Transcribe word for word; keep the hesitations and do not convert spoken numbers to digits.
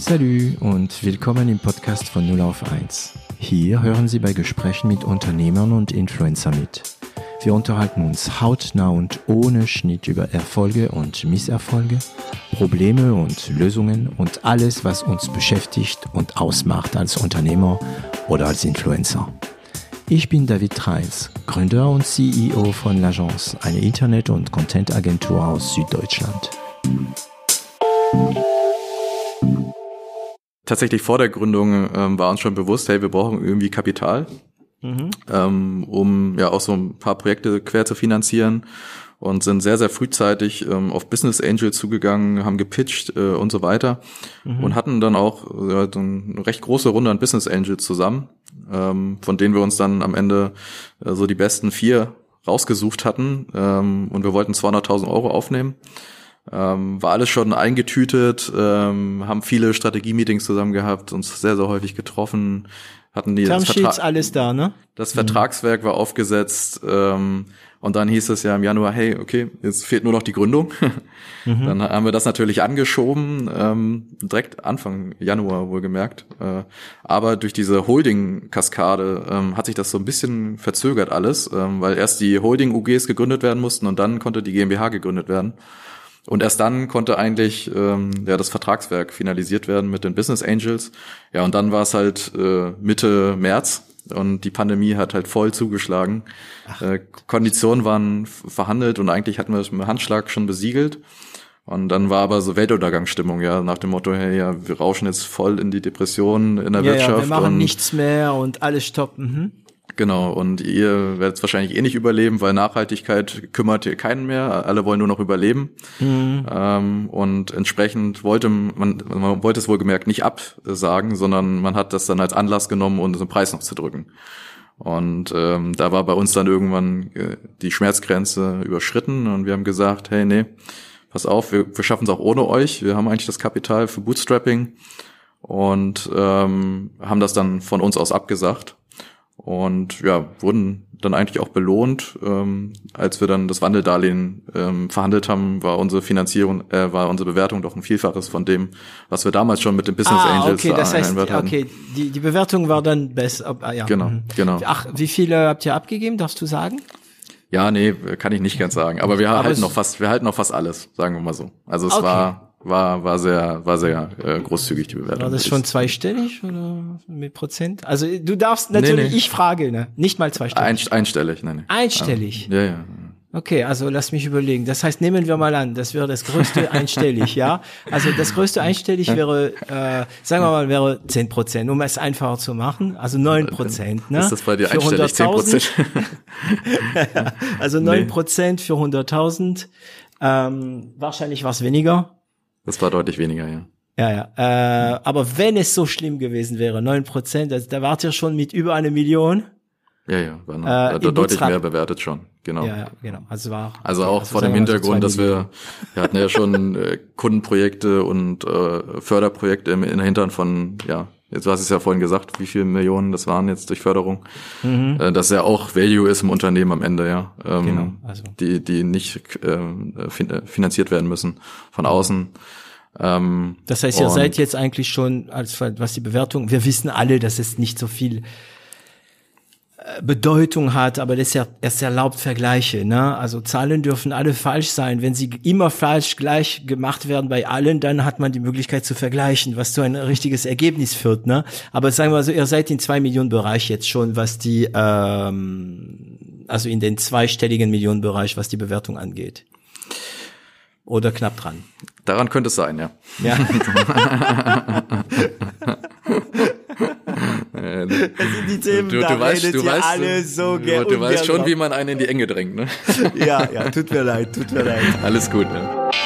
Salut und willkommen im Podcast von null auf eins. Hier hören Sie bei Gesprächen mit Unternehmern und Influencern mit. Wir unterhalten uns hautnah und ohne Schnitt über Erfolge und Misserfolge, Probleme und Lösungen und alles, was uns beschäftigt und ausmacht als Unternehmer oder als Influencer. Ich bin David Treis, Gründer und C E O von L'Agence, eine Internet- und Content-Agentur aus Süddeutschland. Tatsächlich vor der Gründung ähm, war uns schon bewusst, hey, wir brauchen irgendwie Kapital, mhm. ähm, um ja auch so ein paar Projekte quer zu finanzieren und sind sehr, sehr frühzeitig ähm, auf Business Angels zugegangen, haben gepitcht äh, und so weiter mhm. und hatten dann auch äh, so eine recht große Runde an Business Angels zusammen, ähm, von denen wir uns dann am Ende äh, so die besten vier rausgesucht hatten ähm, und wir wollten zweihunderttausend Euro aufnehmen. Ähm, war alles schon eingetütet, ähm, haben viele Strategie-Meetings zusammen gehabt, uns sehr, sehr häufig getroffen, hatten die das, Vertra- alles da, ne? das Vertragswerk war aufgesetzt, ähm, und dann hieß es ja im Januar, hey, okay, jetzt fehlt nur noch die Gründung. Mhm. Dann haben wir das natürlich angeschoben, ähm, direkt Anfang Januar wohlgemerkt, äh, aber durch diese Holding-Kaskade ähm, hat sich das so ein bisschen verzögert alles, ähm, weil erst die Holding-U Gs gegründet werden mussten und dann konnte die GmbH gegründet werden. Und erst dann konnte eigentlich ähm, ja das Vertragswerk finalisiert werden mit den Business Angels. Ja, und dann war es halt äh, Mitte März und die Pandemie hat halt voll zugeschlagen. Äh, Konditionen waren verhandelt und eigentlich hatten wir das mit Handschlag schon besiegelt. Und dann war aber so Weltuntergangsstimmung, ja, nach dem Motto, hey, ja, wir rauschen jetzt voll in die Depression in der ja, Wirtschaft. Ja, wir machen und nichts mehr und alles stoppt. Mhm. Genau, und ihr werdet es wahrscheinlich eh nicht überleben, weil Nachhaltigkeit kümmert hier keinen mehr. Alle wollen nur noch überleben. Mhm. Ähm, und entsprechend wollte man, man wollte es wohlgemerkt nicht absagen, sondern man hat das dann als Anlass genommen, um den Preis noch zu drücken. Und ähm, da war bei uns dann irgendwann äh, die Schmerzgrenze überschritten und wir haben gesagt, hey, nee, pass auf, wir, wir schaffen es auch ohne euch. Wir haben eigentlich das Kapital für Bootstrapping und ähm, haben das dann von uns aus abgesagt. Und ja, wurden dann eigentlich auch belohnt, ähm, als wir dann das Wandeldarlehen ähm, verhandelt haben, war unsere Finanzierung, äh, war unsere Bewertung doch ein Vielfaches von dem, was wir damals schon mit den Business ah, Angels okay, das heißt, hatten. Okay, die die Bewertung war dann besser. Ah, ja. Genau, mhm. genau. Ach, wie viele habt ihr abgegeben? Darfst du sagen? Ja, nee, kann ich nicht ganz sagen. Aber wir Aber halten noch fast, wir halten noch fast alles, sagen wir mal so. Also es okay. war war war sehr war sehr äh, großzugig die Bewertung. War das schon zweistellig oder mit Prozent? Also du darfst natürlich, nee, nee. ich frage, ne, nicht mal zweistellig. Ein, einstellig, nein, nee. Einstellig. Ja, ja. Okay, also lass mich überlegen. Das heißt, nehmen wir mal an, das wäre das größte einstellig, ja? Also das größte einstellig wäre, äh, sagen wir mal, wäre zehn Prozent, um es einfacher zu machen. Also neun Prozent, ne? Ist das bei dir einstellig, zehn Prozent? Also neun Prozent für hunderttausend. Ähm, wahrscheinlich war es weniger. Das war deutlich weniger, ja. Ja, ja. Äh, aber wenn es so schlimm gewesen wäre, neun Prozent, also, da wart ihr schon mit über eine Million. Ja, ja, war noch, äh, deutlich Bootstrap. Mehr bewertet schon, genau. Ja, ja, genau. Also war. Also auch also vor dem Hintergrund, so dass wir, wir hatten ja schon äh, Kundenprojekte und äh, Förderprojekte im, in der Hintern von, ja, jetzt hast du es ja vorhin gesagt, wie viele Millionen das waren jetzt durch Förderung, mhm. äh, dass ja auch Value ist im Unternehmen am Ende, ja, ähm, genau, also. die die nicht äh, fin- finanziert werden müssen von außen. Ähm, das heißt, ihr seid jetzt eigentlich schon, als was die Bewertung, wir wissen alle, dass es nicht so viel Bedeutung hat, aber das ist ja, es erlaubt Vergleiche, ne? Also Zahlen dürfen alle falsch sein. Wenn sie immer falsch gleich gemacht werden bei allen, dann hat man die Möglichkeit zu vergleichen, was zu ein richtiges Ergebnis führt, ne? Aber sagen wir mal so, ihr seid in zwei Millionen Bereich jetzt schon, was die, ähm, also in den zweistelligen Millionenbereich, was die Bewertung angeht. Oder knapp dran. Daran könnte es sein, ja. Ja. Das sind die Themen, du, du, da weißt, du, weißt, alle so du, du weißt schon, wie man einen in die Enge drängt, ne? Ja, ja, tut mir leid, tut mir leid. Alles gut, ja.